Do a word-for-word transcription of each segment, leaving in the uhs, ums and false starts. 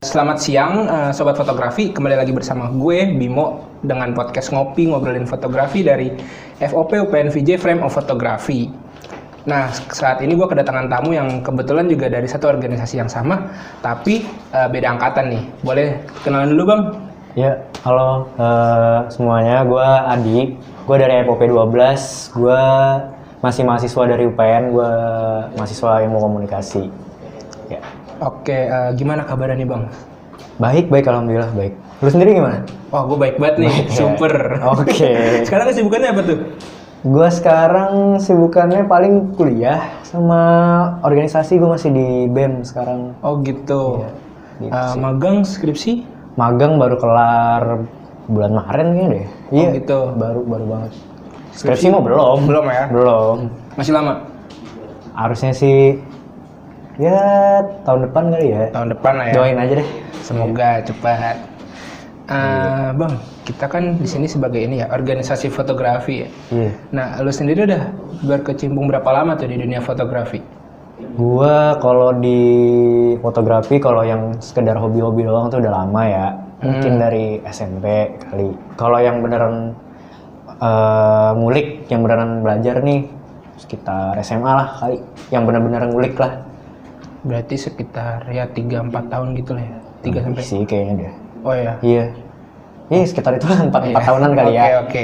selamat siang uh, Sobat Fotografi, kembali lagi bersama gue Bimo dengan podcast Ngopi Ngobrolin Fotografi dari F O P U P N V J Frame of Photography. Nah, saat ini gue kedatangan tamu yang kebetulan juga dari satu organisasi yang sama, tapi uh, beda angkatan nih. Boleh kenalan dulu Bang? Ya, halo uh, semuanya, gue Adi, gue dari F O P dua belas, gue masih mahasiswa dari U P N, gue mahasiswa ilmu komunikasi. Ya. Oke, uh, gimana kabarnya nih Bang? Baik, baik, alhamdulillah baik. Lu sendiri gimana? Wah, gue baik banget nih, baik, super. Ya. Oke. Okay. Sekarang kesibukannya apa tuh? Gue sekarang sibukannya paling kuliah sama organisasi, gue masih di B E M sekarang. Oh gitu. Iya, gitu uh, magang skripsi? Magang baru kelar bulan Maret kayaknya deh. Oh iya, gitu. Baru baru banget. Skripsi mah belum. Belum ya? Belum. Masih lama? Harusnya sih ya tahun depan kali ya. Tahun depan lah ya. Doain aja deh. Semoga cepat. Uh, bang, kita kan di sini sebagai ini ya organisasi fotografi ya. Iya. Nah, lu sendiri udah berkecimpung berapa lama tuh di dunia fotografi? Gua kalau di fotografi kalau yang sekedar hobi-hobi doang tuh udah lama ya. Mungkin hmm. dari S M P kali. Kalau yang beneran uh, ngulik, yang beneran belajar nih sekitar S M A lah kali. Yang bener-bener ngulik lah. Berarti sekitar ya tiga sampai empat tahun gitu lah ya. tiga sampai sih kayaknya deh. Oh ya. Iya. Iya sekitar itu lah empat tahunan kali ya. Oke oke.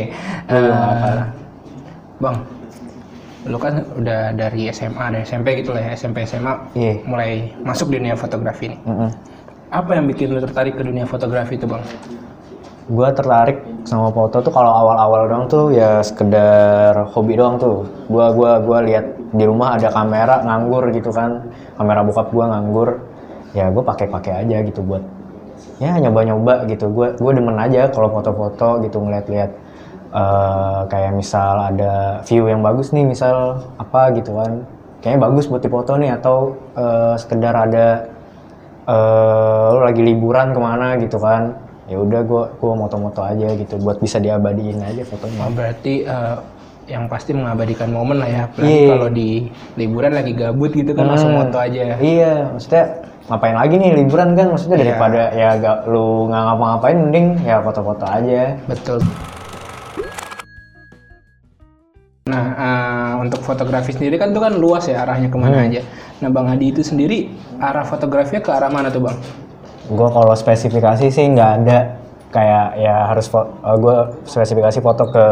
Bang, lu kan udah dari S M A, dari S M P gitu lah ya, S M P S M A yeah. mulai masuk di dunia fotografi nih. Mm-hmm. Apa yang bikin lu tertarik ke dunia fotografi itu Bang? Gua tertarik sama foto tuh kalau awal-awal doang tuh ya sekedar hobi doang tuh. Gua gua gua lihat di rumah ada kamera nganggur gitu kan, kamera bokap gua nganggur, ya gua pakai-pakai aja gitu buat ya nyoba-nyoba gitu. Gua gua demen aja kalau foto-foto gitu, ngeliat-liat uh, kayak misal ada view yang bagus nih, misal apa gitu kan, kayaknya bagus buat dipoto nih, atau uh, sekedar ada uh, lu lagi liburan kemana gitu kan, ya udah gua gua moto-moto aja gitu buat bisa diabadiin aja fotonya. Oh, berarti uh, yang pasti mengabadikan momen lah ya. Apalagi yeah. kalau di liburan lagi gabut gitu kan hmm. langsung moto aja. Iya, maksudnya ngapain lagi nih liburan kan, maksudnya yeah. daripada ya gak, lu nggak ngapa-ngapain mending ya foto-foto aja. Betul. Nah uh, untuk fotografi sendiri kan tuh kan luas ya arahnya kemana hmm. aja. Nah Bang Adi itu sendiri arah fotografinya ke arah mana tuh Bang? Gue kalau spesifikasi sih nggak ada kayak ya harus fo- uh, gue spesifikasi foto ke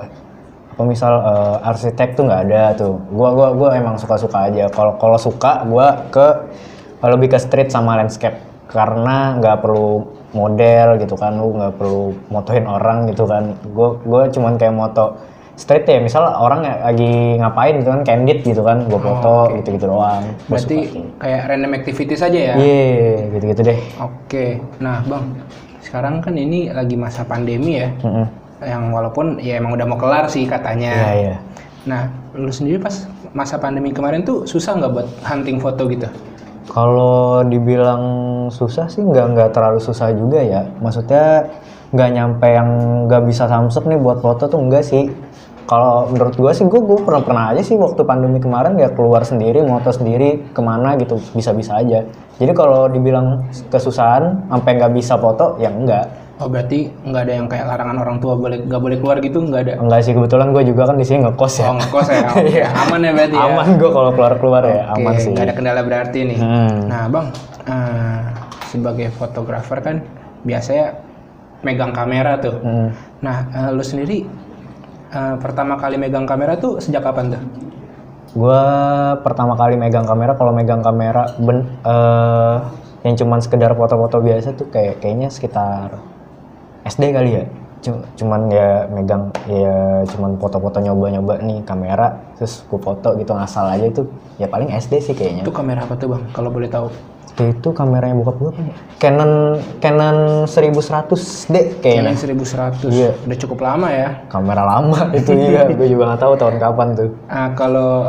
apa misal uh, arsitek tuh nggak ada tuh. Gue gua gua emang suka-suka aja. Kalau kalau suka gue ke lebih ke street sama landscape, karena nggak perlu model gitu kan, lu nggak perlu motoin orang gitu kan. Gue gue cuman kayak moto street ya, misal orang lagi ngapain gitu kan, candid gitu kan, gue foto oh, okay. gitu-gitu doang. Berarti kayak random activity saja ya? Iya, yeah, gitu-gitu deh. Oke, okay. Nah Bang, sekarang kan ini lagi masa pandemi ya, mm-hmm. yang walaupun ya emang udah mau kelar sih katanya. Iya, yeah, iya. Yeah. Nah, lu sendiri pas masa pandemi kemarin tuh susah nggak buat hunting foto gitu? Kalau dibilang susah sih nggak nggak terlalu susah juga ya. Maksudnya nggak nyampe yang nggak bisa samsek nih buat foto tuh enggak sih. Kalau menurut gue sih, gue gue pernah pernah aja sih waktu pandemi kemarin ya keluar sendiri, moto sendiri kemana gitu, bisa-bisa aja. Jadi kalau dibilang kesusahan sampai nggak bisa foto ya enggak. Oh berarti nggak ada yang kayak larangan orang tua boleh nggak boleh keluar gitu, nggak ada? Enggak sih, kebetulan gue juga kan di sini ngekos ya. Oh ngekos ya, okay. Aman ya berarti ya? Aman gue kalau keluar-keluar ya, okay. aman sih. Nggak ada kendala berarti nih. Hmm. Nah Bang, uh, sebagai fotografer kan biasanya megang kamera tuh. Hmm. Nah uh, lu sendiri uh, pertama kali megang kamera tuh sejak kapan tuh? Gue pertama kali megang kamera, kalau megang kamera ben, uh, yang cuman sekedar foto-foto biasa tuh kayak kayaknya sekitar S D kali ya. Cuman ya megang ya cuman foto-foto nyoba-nyoba nih kamera, terus gue foto gitu ngasal aja itu ya paling S D sih kayaknya. Itu kamera apa tuh Bang kalau boleh tahu? Itu kameranya bokap gue apa ya? Canon Canon seribu seratus D kayaknya. Canon seribu seratus. Iya. Udah cukup lama ya. Kamera lama itu iya, gue juga nggak tahu tahun kapan tuh. Ah kalau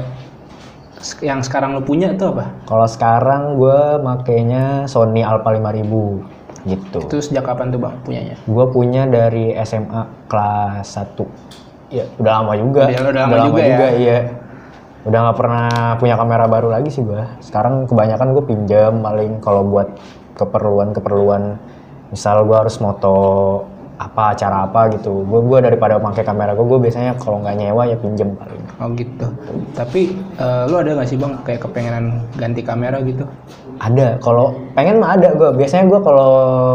yang sekarang lo punya tuh apa? Kalau sekarang gue makainya Sony Alpha lima ribu gitu. Itu sejak kapan tuh Bang punyanya? Gue punya dari S M A kelas satu. Ya udah lama juga. Udah, udah lama, udah lama juga, juga ya? Iya. Udah nggak pernah punya kamera baru lagi sih gue. Sekarang kebanyakan gue pinjam paling kalau buat keperluan-keperluan. Misal gue harus moto apa acara apa gitu, gue gue daripada pakai kamera gue, gue biasanya kalau nggak nyewa ya pinjem paling. Oh gitu. Tapi uh, lu ada nggak sih bang kayak kepengenan ganti kamera gitu? Ada, kalau pengen mah ada gue. Biasanya gue kalau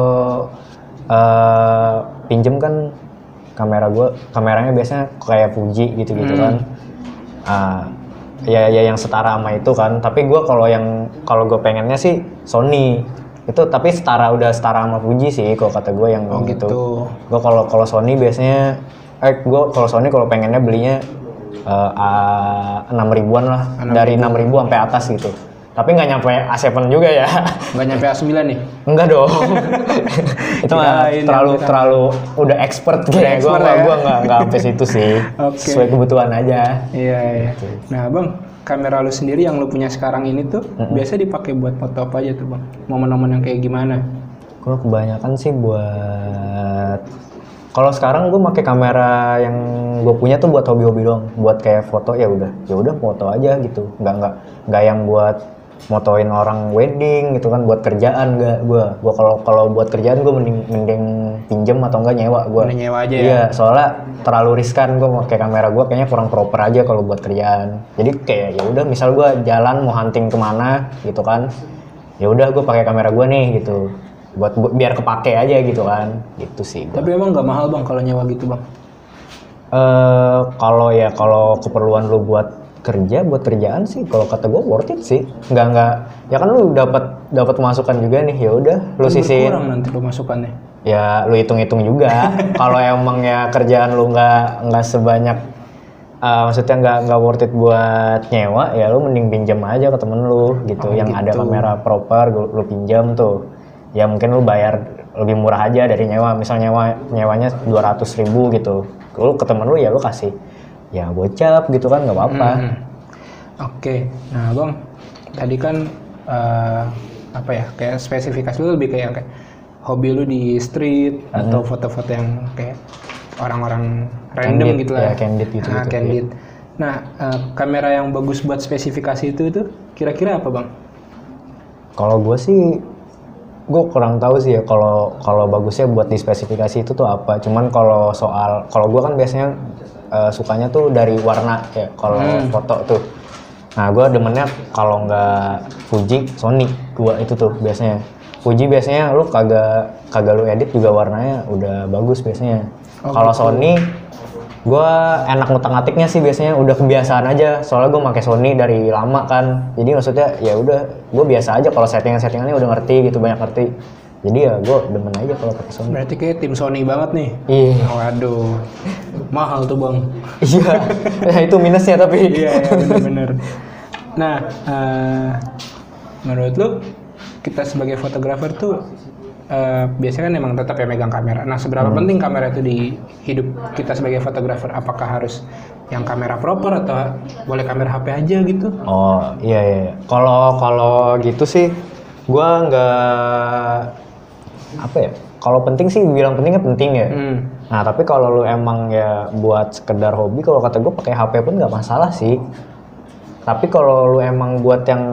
uh, pinjem kan kamera gue, kameranya biasanya kayak Fuji gitu-gitu hmm. kan. Uh, ya ya yang setara sama itu kan. Tapi gue kalau yang kalau gue pengennya sih Sony. Itu tapi setara udah setara sama Fuji sih kalau kata gue yang oh, gitu. gitu. Gue kalau kalau Sony biasanya eh gue kalau Sony kalau pengennya belinya uh, enam ribuan lah, dari enam ribu sampai atas gitu. Tapi nggak nyampe A tujuh juga ya. Nggak nyampe A sembilan nih? Enggak dong. Itu mah terlalu terlalu udah expert kayak gue nggak gue nggak nggak sampai situ sih. Okay. Sesuai kebutuhan aja. Iya iya. Nah bang, kamera lu sendiri yang lu punya sekarang ini tuh mm-hmm. biasa dipakai buat foto apa aja tuh bang? Momen-momen yang kayak gimana? Gue kebanyakan sih buat, kalau sekarang gue pakai kamera yang gue punya tuh buat hobi-hobi doang, buat kayak foto ya udah, ya udah foto aja gitu, nggak nggak nggak yang buat motoin orang wedding gitu kan, buat kerjaan nggak gue. Gue kalau kalau buat kerjaan gue mending mending pinjem atau enggak nyewa gue. Mending nyewa aja ya. Iya, soalnya terlalu riskan gue pakai kamera gue, kayaknya kurang proper aja kalau buat kerjaan. Jadi kayak ya udah, misal gue jalan mau hunting kemana gitu kan, ya udah gue pakai kamera gue nih gitu, buat bu- biar kepake aja gitu kan, gitu sih gua. Tapi emang nggak mahal bang kalau nyewa gitu bang? Eh uh, kalau ya kalau keperluan lu buat kerja, buat kerjaan sih kalau kata gue worth it sih. Nggak nggak ya kan lu dapat dapat masukan juga nih, ya udah lu sisihin. Berkurang nanti pemasukannya. Ya lu hitung-hitung juga. Kalau emang ya kerjaan lu nggak nggak sebanyak, uh, maksudnya nggak nggak worth it buat nyewa, ya lu mending pinjam aja ke temen lu gitu, oh, yang gitu. Ada kamera proper lu, lu pinjam tuh. Ya mungkin lu bayar lebih murah aja dari nyewa. Misal nyewa nyewanya dua ratus ribu gitu, lu ke temen lu ya lu kasih ya gocap gitu kan, nggak apa-apa. Hmm. Oke, okay. Nah bang, tadi kan uh, apa ya, kayak spesifikasi lu lebih kayak, kayak hobi lu di street hmm. atau foto-foto yang kayak orang-orang random candid, gitu lah. Ya, candid gitu. Nah, gitu, candid. Ya. Nah, uh, kamera yang bagus buat spesifikasi itu itu kira-kira apa bang? Kalau gue sih, gue kurang tahu sih ya kalau kalau bagusnya buat di spesifikasi itu tuh apa. Cuman kalau soal, kalau gue kan biasanya uh, sukanya tuh dari warna ya kalau hmm. foto tuh. Nah gue demennya kalau nggak Fuji, Sony, dua itu tuh biasanya. Fuji biasanya lu kagak kagak lu edit juga warnanya udah bagus biasanya. Oh, kalau gitu. Sony, gue enak ngutak-ngatiknya sih biasanya, udah kebiasaan aja. Soalnya gue pakai Sony dari lama kan. Jadi maksudnya ya udah, gue biasa aja kalau settingan-settingannya udah ngerti gitu, banyak ngerti. Jadi ya gue demen aja kalau pakai Sony. Berarti kayak tim Sony banget nih. Iya. Waduh, mahal tuh bang. Iya, nah, itu minusnya tapi. Iya, ya, bener-bener. Nah, uh, menurut lu kita sebagai fotografer tuh uh, biasanya kan emang tetap ya megang kamera. Nah, seberapa hmm. penting kamera itu di hidup kita sebagai fotografer? Apakah harus yang kamera proper atau boleh kamera H P aja gitu? Oh iya iya. Kalau kalau gitu sih, gue nggak apa ya. Kalau penting sih bilang pentingnya penting ya. Hmm. Nah tapi kalau lu emang ya buat sekedar hobi, kalau kata gue pakai H P pun nggak masalah sih. Tapi kalau lu emang buat yang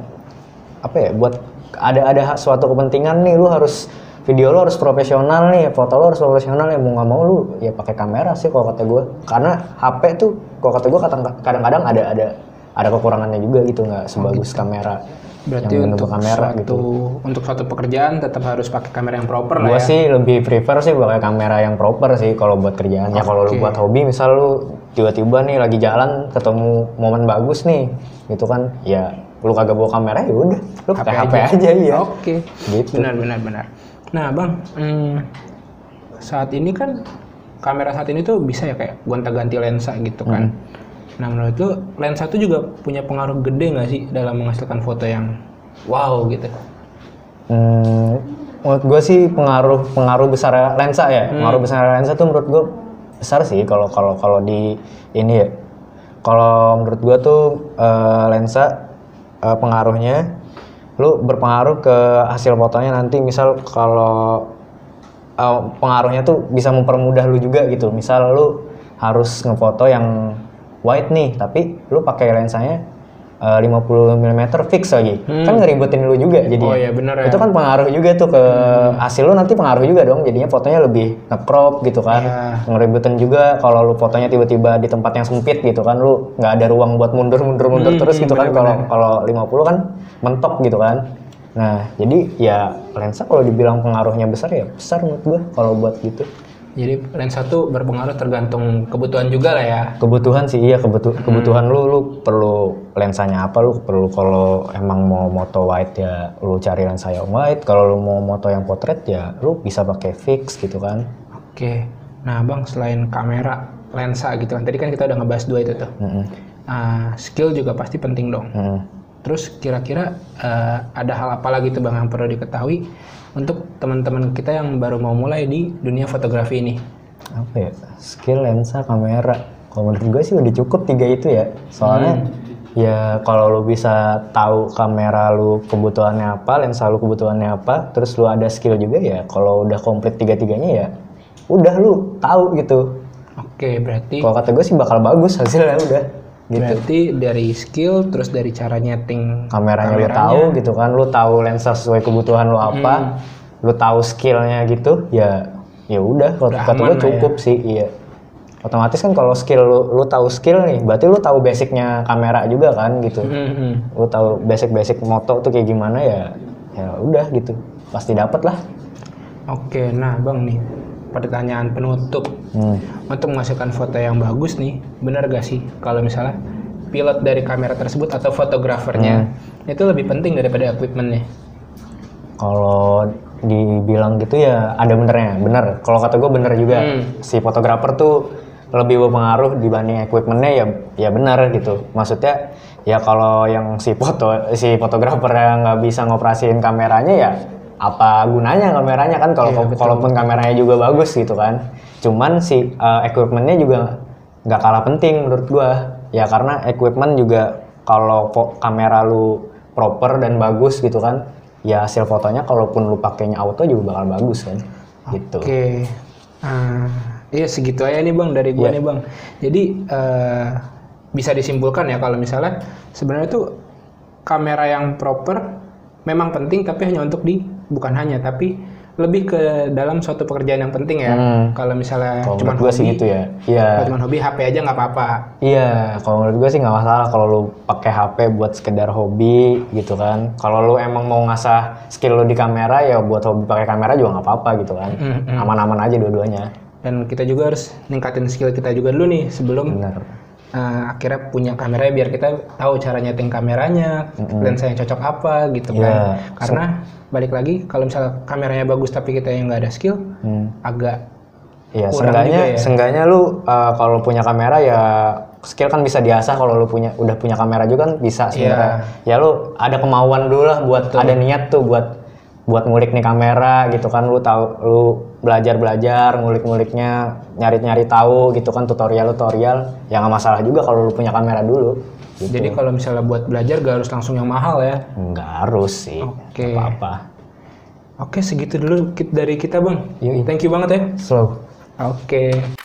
apa ya, buat ada ada suatu kepentingan nih, lu harus video lu harus profesional nih, foto lu harus profesional ya, mau nggak mau lu ya pakai kamera sih kalau kata gue. Karena H P tuh kalau kata gue kadang-kadang ada ada ada kekurangannya juga gitu, nggak sebagus oh, gitu. Kamera. Berarti untuk kamera suatu, gitu. Untuk suatu pekerjaan tetap harus pakai kamera yang proper lah ya. Gue sih lebih prefer sih pakai kamera yang proper sih kalau buat kerjaan. Ya kalau lu buat hobi, misal lu tiba-tiba nih lagi jalan ketemu momen bagus nih, gitu kan, ya lu kagak bawa kamera ya udah, lu pakai H P aja, aja ya. Oke. Okay. Gitu. Benar benar benar. Nah bang, hmm, saat ini kan kamera saat ini tuh bisa ya kayak gonta-ganti lensa gitu kan. Hmm. Nah menurut lu lensa tuh juga punya pengaruh gede nggak sih dalam menghasilkan foto yang wow gitu? Hmm, menurut gue sih pengaruh pengaruh besar lensa ya. Hmm. Pengaruh besar lensa tuh menurut gue besar sih kalau kalau kalau di ini ya. Kalau menurut gue tuh uh, lensa uh, pengaruhnya, lu berpengaruh ke hasil fotonya nanti. Misal kalau uh, pengaruhnya tuh bisa mempermudah lu juga gitu. Misal lu harus ngefoto yang wide nih, tapi lu pakai lensanya uh, lima puluh milimeter fix lagi. Hmm. Kan ngeribetin lu juga jadi. Oh iya bener ya. Itu kan pengaruh juga tuh ke hmm. hasil lu, nanti pengaruh juga dong. Jadinya fotonya lebih nge-crop gitu kan. Yeah. Ngeribetin juga kalau lu fotonya tiba-tiba di tempat yang sempit gitu kan, lu nggak ada ruang buat mundur-mundur-mundur hmm, terus gitu kan. Kalau kalau lima puluh kan mentok gitu kan. Nah, jadi ya lensa kalau dibilang pengaruhnya besar ya besar menurut gua kalau buat gitu. Jadi lensa tuh berpengaruh tergantung kebutuhan juga lah ya. Kebutuhan sih iya, kebutu hmm. kebutuhan lu lu perlu lensanya apa, lu perlu kalau emang mau moto wide ya lu cari lensa yang wide, kalau lu mau moto yang portrait ya lu bisa pakai fix gitu kan. Oke. Nah, Bang, selain kamera, lensa gitu kan. Tadi kan kita udah ngebahas dua itu tuh. Mm-hmm. Uh, skill juga pasti penting dong. Mm-hmm. Terus kira-kira uh, ada hal apa lagi tuh Bang yang perlu diketahui untuk teman-teman kita yang baru mau mulai di dunia fotografi ini? Apa ya? Skill, lensa, kamera. Kalau menurut gue sih udah cukup tiga itu ya. Soalnya hmm. ya kalau lu bisa tahu kamera lu kebutuhannya apa, lensa lu kebutuhannya apa, terus lu ada skill juga ya. Kalau udah komplit tiga-tiganya ya udah lu tahu gitu. Oke, berarti kalau kata gue sih bakal bagus hasilnya udah. Gitu. Berarti dari skill, terus dari cara nyeting kameranya, kameranya lu tahu gitu kan, lu tahu lensa sesuai kebutuhan lu apa, hmm. lu tahu skillnya gitu, ya ya udah. Kalau kata gue cukup ya. Sih, iya. Otomatis kan kalau skill lu, lu tahu skill nih, berarti lu tahu basicnya kamera juga kan gitu. Hmm. Lu tahu basic-basic moto tuh kayak gimana ya, ya udah gitu, pasti dapet lah. Oke, nah Bang nih, pertanyaan penutup. Hmm. Untuk menghasilkan foto yang bagus nih, benar gak sih kalau misalnya pilot dari kamera tersebut atau fotografernya hmm. itu lebih penting daripada equipmentnya? Kalau dibilang gitu ya ada benernya, bener. Kalau kata gue bener juga. Hmm. Si fotografer tuh lebih berpengaruh dibanding equipmentnya ya, ya benar gitu. Maksudnya ya kalau yang si foto si fotografer yang nggak bisa ngoperasiin kameranya ya apa gunanya kameranya kan kalau iya, kalaupun kameranya juga bagus gitu kan. Cuman si uh, equipmentnya juga nggak kalah penting menurut gua ya, karena equipment juga kalau kamera lu proper dan bagus gitu kan ya hasil fotonya kalaupun lu pakainya auto juga bakal bagus kan. Gitu. Oke. Okay. Uh, iya segitu aja nih Bang dari gua yeah. nih Bang. Jadi uh, bisa disimpulkan ya kalau misalnya sebenarnya tuh kamera yang proper memang penting, tapi hanya untuk di bukan hanya tapi lebih ke dalam suatu pekerjaan yang penting ya. Hmm. Kalau misalnya cuma hobi sih gitu ya. Iya. Kalau cuma hobi H P aja nggak apa-apa. Iya, kalau menurut gue sih nggak masalah kalau lu pakai H P buat sekedar hobi gitu kan. Kalau lu emang mau ngasah skill lu di kamera ya buat hobi pakai kamera juga nggak apa-apa gitu kan. Mm-hmm. Aman-aman aja dua-duanya. Dan kita juga harus ningkatin skill kita juga dulu nih sebelum Uh, akhirnya punya kameranya biar kita tahu cara nyeting kameranya, mm-hmm. lensa yang cocok apa gitu kan. Yeah. Karena so, balik lagi kalau misalnya kameranya bagus tapi kita yang nggak ada skill, mm. agak Iya, seenggaknya ya. Seenggaknya lu uh, kalau punya kamera ya skill kan bisa diasah. Kalau lu punya udah punya kamera juga kan bisa sebenarnya. Yeah. Ya lu ada kemauan dulu lah buat Betul. Ada niat tuh buat buat ngulik nih kamera gitu kan. Lu tahu lu belajar-belajar, ngulik-nguliknya, nyari-nyari tahu gitu kan, tutorial-tutorial. Ya nggak masalah juga kalau lu punya kamera dulu. Gitu. Jadi kalau misalnya buat belajar gak harus langsung yang mahal ya? Nggak harus sih, Oke. Gak apa-apa. Oke, segitu dulu dari kita Bang. Yui. Thank you banget ya. Slow. Oke.